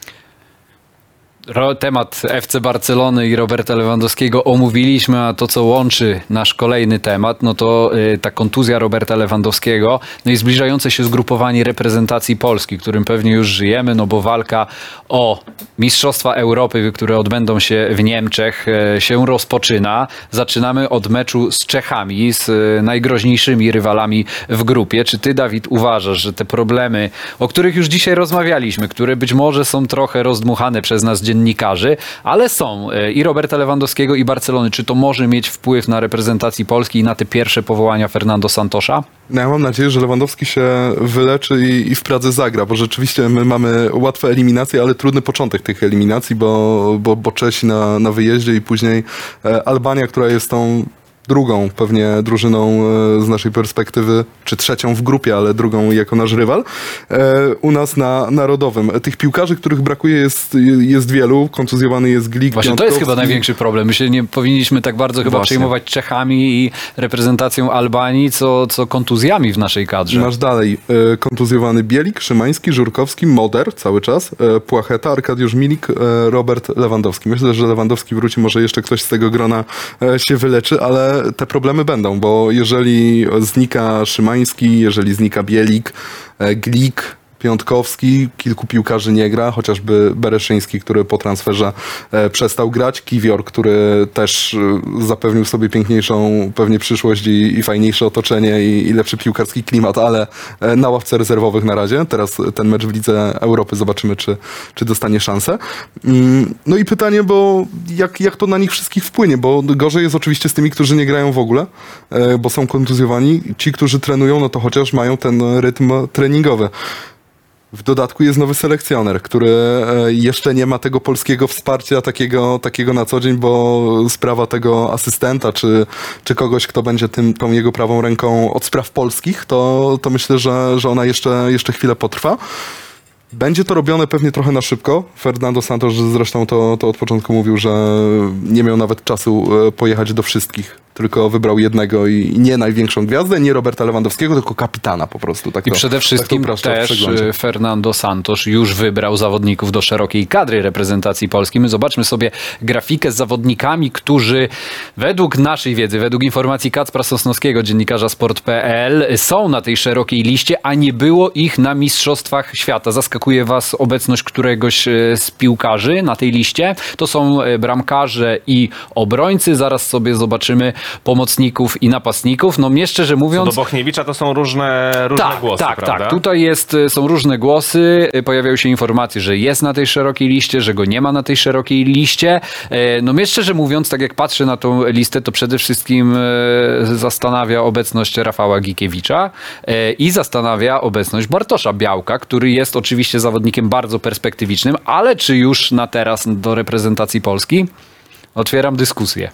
Ro- temat F C Barcelony i Roberta Lewandowskiego omówiliśmy, a to, co łączy nasz kolejny temat, no to y, ta kontuzja Roberta Lewandowskiego, no i zbliżające się zgrupowanie reprezentacji Polski, którym pewnie już żyjemy, no bo walka o Mistrzostwa Europy, które odbędą się w Niemczech, y, się rozpoczyna. Zaczynamy od meczu z Czechami, z y, najgroźniejszymi rywalami w grupie. Czy ty, Dawid, uważasz, że te problemy, o których już dzisiaj rozmawialiśmy, które być może są trochę rozdmuchane przez nas dziennikarzy, ale są i Roberta Lewandowskiego, i Barcelony. Czy to może mieć wpływ na reprezentację Polski i na te pierwsze powołania Fernando Santosza? No ja mam nadzieję, że Lewandowski się wyleczy i, i w Pradze zagra, bo rzeczywiście my mamy łatwe eliminacje, ale trudny początek tych eliminacji, bo, bo, bo Czesi na, na wyjeździe i później e, Albania, która jest tą drugą pewnie drużyną e, z naszej perspektywy, czy trzecią w grupie, ale drugą jako nasz rywal, e, u nas na Narodowym. Tych piłkarzy, których brakuje jest, jest wielu, kontuzjowany jest Glik, Właśnie to jest chyba Piątkowski. największy problem. My się nie powinniśmy tak bardzo chyba Właśnie. przejmować Czechami i reprezentacją Albanii, co, co kontuzjami w naszej kadrze. Masz dalej e, kontuzjowany Bielik, Szymański, Żurkowski, Moder cały czas, e, Płacheta, Arkadiusz Milik, e, Robert Lewandowski. Myślę, że Lewandowski wróci, może jeszcze ktoś z tego grona e, się wyleczy, ale te problemy będą, bo jeżeli znika Szymański, jeżeli znika Bielik, e, Glik, Piątkowski, kilku piłkarzy nie gra, chociażby Bereszyński, który po transferze e, przestał grać, Kiwior, który też e, zapewnił sobie piękniejszą pewnie przyszłość i, i fajniejsze otoczenie i, i lepszy piłkarski klimat, ale e, na ławce rezerwowych na razie. Teraz ten mecz w Lidze Europy zobaczymy, czy, czy dostanie szansę. Mm, no i pytanie, bo jak, jak to na nich wszystkich wpłynie, bo gorzej jest oczywiście z tymi, którzy nie grają w ogóle, e, bo są kontuzjowani. Ci, którzy trenują, no to chociaż mają ten rytm treningowy. W dodatku jest nowy selekcjoner, który e, jeszcze nie ma tego polskiego wsparcia takiego, takiego na co dzień, bo sprawa tego asystenta, czy, czy kogoś, kto będzie tym, tą jego prawą ręką od spraw polskich, to, to myślę, że, że ona jeszcze, jeszcze chwilę potrwa. Będzie to robione pewnie trochę na szybko. Fernando Santos zresztą to, to od początku mówił, że nie miał nawet czasu e, pojechać do wszystkich, tylko wybrał jednego i nie największą gwiazdę, nie Roberta Lewandowskiego, tylko kapitana po prostu. Tak I to, przede wszystkim tak to upraszcza w też przeglądzie. e, Fernando Santos już wybrał zawodników do szerokiej kadry reprezentacji Polski. My zobaczmy sobie grafikę z zawodnikami, którzy według naszej wiedzy, według informacji Kacpra Sosnowskiego, dziennikarza sport kropka p l, są na tej szerokiej liście, a nie było ich na Mistrzostwach Świata. Zaskakuje was obecność któregoś e, z piłkarzy na tej liście? To są e, bramkarze i obrońcy. Zaraz sobie zobaczymy pomocników i napastników. No mnie szczerze mówiąc... Do Bochniewicza to są różne, różne Tak, głosy, tak, prawda? tak. Tutaj jest, są różne głosy. Pojawiają się informacje, że jest na tej szerokiej liście, że go nie ma na tej szerokiej liście. No mnie szczerze mówiąc, tak jak patrzę na tą listę, to przede wszystkim zastanawia obecność Rafała Gikiewicza i zastanawia obecność Bartosza Białka, który jest oczywiście zawodnikiem bardzo perspektywicznym, ale czy już na teraz do reprezentacji Polski? Otwieram dyskusję.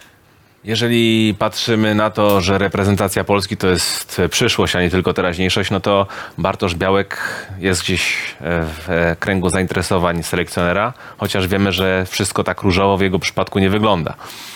Jeżeli patrzymy na to, że reprezentacja Polski to jest przyszłość, a nie tylko teraźniejszość, no to Bartosz Białek jest gdzieś w kręgu zainteresowań selekcjonera, chociaż wiemy, że wszystko tak różowo w jego przypadku nie wygląda.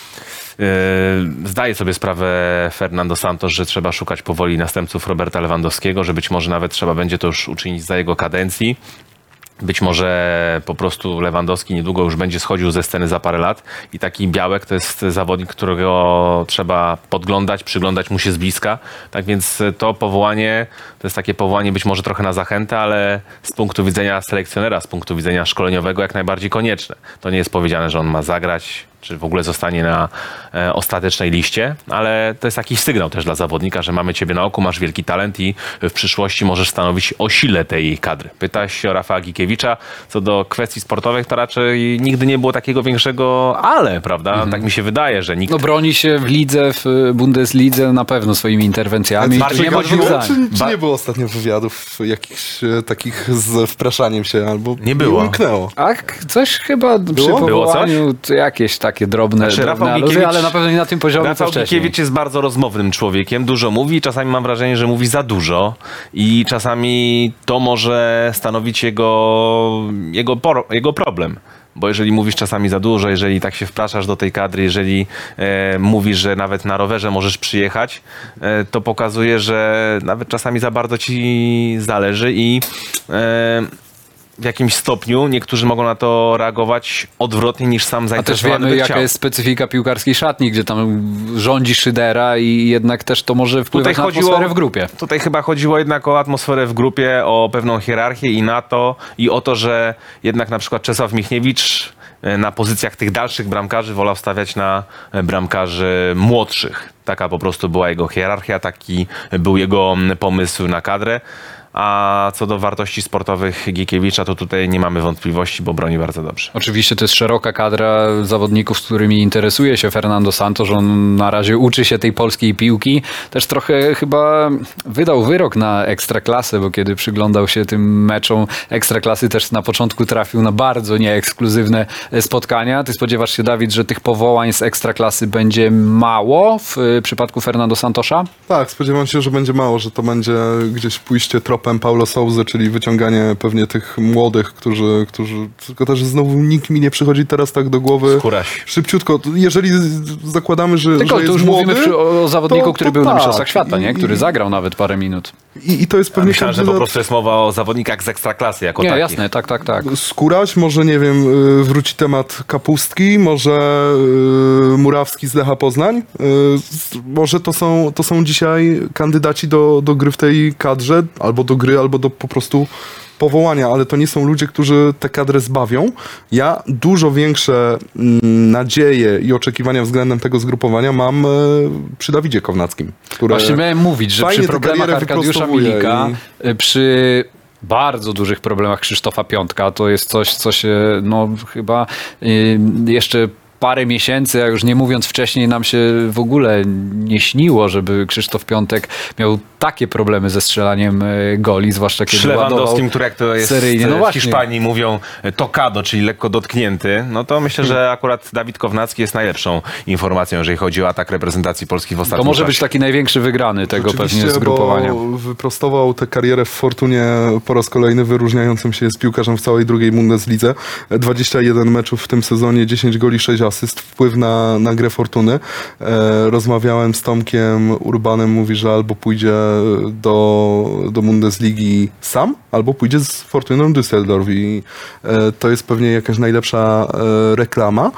Zdaje sobie sprawę Fernando Santos, że trzeba szukać powoli następców Roberta Lewandowskiego, że być może nawet trzeba będzie to już uczynić za jego kadencji. Być może po prostu Lewandowski niedługo już będzie schodził ze sceny za parę lat i taki Białek to jest zawodnik, którego trzeba podglądać, przyglądać mu się z bliska. Tak więc to powołanie, to jest takie powołanie być może trochę na zachętę, ale z punktu widzenia selekcjonera, z punktu widzenia szkoleniowego jak najbardziej konieczne. To nie jest powiedziane, że on ma zagrać, czy w ogóle zostanie na e, ostatecznej liście, ale to jest jakiś sygnał też dla zawodnika, że mamy ciebie na oku, masz wielki talent i w przyszłości możesz stanowić o sile tej kadry. Pytasz się o Rafała Gikiewicza, co do kwestii sportowych, to raczej nigdy nie było takiego większego ale, prawda? Mhm. Tak mi się wydaje, że nikt... No broni się w lidze, w Bundeslidze na pewno swoimi interwencjami. Bardziej nie ma chodziło- dwóch zdań. Czy, czy Ba- nie było ostatnio wywiadów jakichś e, takich z wpraszaniem się, albo Nie było. umknęło? Ach, coś chyba przy Było? Było powołaniu to jakieś takie drobne, Znaczy, drobne Rafał aluzje, Gikiewicz- ale na pewno nie na tym poziomie Rafał co wcześniej. Gikiewicz jest bardzo rozmownym człowiekiem, dużo mówi, czasami mam wrażenie, że mówi za dużo i czasami to może stanowić jego, jego, por- jego problem. Bo jeżeli mówisz czasami za dużo, jeżeli tak się wpraszasz do tej kadry, jeżeli e, mówisz, że nawet na rowerze możesz przyjechać, e, to pokazuje, że nawet czasami za bardzo ci zależy i e, w jakimś stopniu niektórzy mogą na to reagować odwrotnie niż sam A też zainteresowany wiemy, by jaka chciał. jest specyfika piłkarskiej szatni, gdzie tam rządzi Szydera i jednak też to może wpływać na atmosferę w grupie. Tutaj chyba chodziło jednak o atmosferę w grupie, o pewną hierarchię i na to, i o to, że jednak na przykład Czesław Michniewicz e, na pozycjach tych dalszych bramkarzy wolał stawiać na e, bramkarzy młodszych. Taka po prostu była jego hierarchia, taki był jego mm, pomysł na kadrę. a co do wartości sportowych Gikiewicza, to tutaj nie mamy wątpliwości, bo broni bardzo dobrze. Oczywiście to jest szeroka kadra zawodników, z którymi interesuje się Fernando Santos. On na razie uczy się tej polskiej piłki. Też trochę chyba wydał wyrok na Ekstraklasę, bo kiedy przyglądał się tym meczom Ekstraklasy, też na początku trafił na bardzo nieekskluzywne spotkania. Ty spodziewasz się, Dawid, że tych powołań z Ekstraklasy będzie mało w przypadku Fernando Santosza? Tak, spodziewam się, że będzie mało, że to będzie gdzieś pójście tropem Paulo Souzy, czyli wyciąganie pewnie tych młodych, którzy, którzy tylko też znowu nikt mi nie przychodzi teraz tak do głowy. Skóraś. Szybciutko, jeżeli zakładamy, że, Tylko że tu jest już młody, mówimy przy, o zawodniku, to- który to był na tak. Mistrzostwach Świata, nie? I- Który i- zagrał nawet parę minut. I, I to jest Ja pewnie myślałem, że po kandydat- prostu jest mowa o zawodnikach z Ekstraklasy jako Nie, takich. jasne, tak, tak, tak. Skóraś, może nie wiem, y, wróci temat Kapustki, może y, Murawski z Lecha Poznań. Y, z- może to są, to są dzisiaj kandydaci do, do gry w tej kadrze, albo do gry, albo do po prostu powołania, ale to nie są ludzie, którzy tę kadrę zbawią. Ja dużo większe mm, nadzieje i oczekiwania względem tego zgrupowania mam y, przy Dawidzie Kownackim, które Właśnie miałem mówić, że fajnie przy tę problemach karierę Arkadiusza wyprostowuje Milika, i- y, przy bardzo dużych problemach Krzysztofa Piątka, to jest coś, co się no chyba y, jeszcze parę miesięcy, a już nie mówiąc wcześniej, nam się w ogóle nie śniło, żeby Krzysztof Piątek miał takie problemy ze strzelaniem y, goli, zwłaszcza kiedy Przy ładował Lewandowskim, który jak to jest seryjnie. No w właśnie. Hiszpanii mówią tocado, czyli lekko dotknięty, no to myślę, że akurat Dawid Kownacki jest najlepszą informacją, jeżeli chodzi o atak reprezentacji Polski w To ostatnim może czasie. być taki największy wygrany tego Oczywiście, pewnie zgrupowania. bo wyprostował tę karierę w Fortunie po raz kolejny, wyróżniającym się z piłkarzem w całej drugiej Bundeslidze. dwadzieścia jeden meczów w tym sezonie, dziesięć goli, sześć asyst, wpływ na, na grę Fortuny. E, rozmawiałem z Tomkiem Urbanem, mówi, że albo pójdzie do, do Bundesligi sam, albo pójdzie z Fortuną Düsseldorf i e, to jest pewnie jakaś najlepsza e, reklama.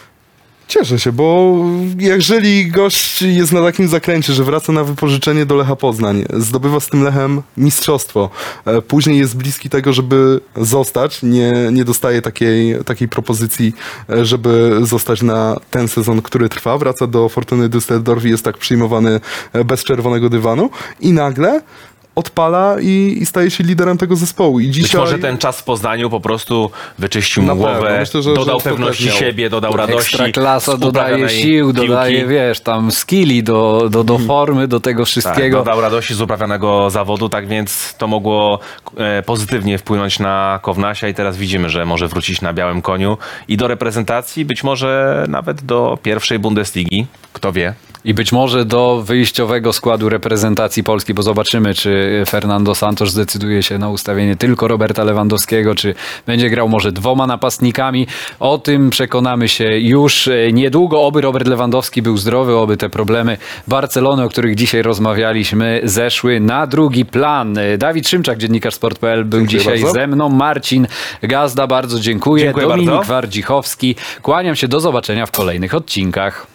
Cieszę się, bo jeżeli gość jest na takim zakręcie, że wraca na wypożyczenie do Lecha Poznań, zdobywa z tym Lechem mistrzostwo, e, później jest bliski tego, żeby zostać, nie, nie dostaje takiej, takiej propozycji, e, żeby zostać na ten sezon, który trwa, wraca do Fortuny Düsseldorf i jest tak przyjmowany e, bez czerwonego dywanu i nagle odpala i, i staje się liderem tego zespołu. I Być dzisiaj... może ten czas w Poznaniu po prostu wyczyścił Na mu pewno. głowę, Myślę, że- dodał że to pewności też miał. siebie, dodał radości. Ekstraklasa dodaje uprawionej sił, piłki. dodaje, wiesz, tam skilli do, do, do formy, do tego Tak, wszystkiego. dodał radości z uprawianego zawodu, tak więc to mogło e, pozytywnie wpłynąć na Kownasia i teraz widzimy, że może wrócić na białym koniu i do reprezentacji, być może nawet do pierwszej Bundesligi, kto wie. I być może do wyjściowego składu reprezentacji Polski, bo zobaczymy, czy Fernando Santos zdecyduje się na ustawienie tylko Roberta Lewandowskiego, czy będzie grał może dwoma napastnikami. O tym przekonamy się już niedługo. Oby Robert Lewandowski był zdrowy, oby te problemy Barcelony, o których dzisiaj rozmawialiśmy, zeszły na drugi plan. Dawid Szymczak, dziennikarz sport kropka p l, był Dziękuję dzisiaj bardzo. ze mną. Marcin Gazda, bardzo dziękuję. Dziękuję Dominik bardzo. Wardzichowski. Kłaniam się, do zobaczenia w kolejnych odcinkach.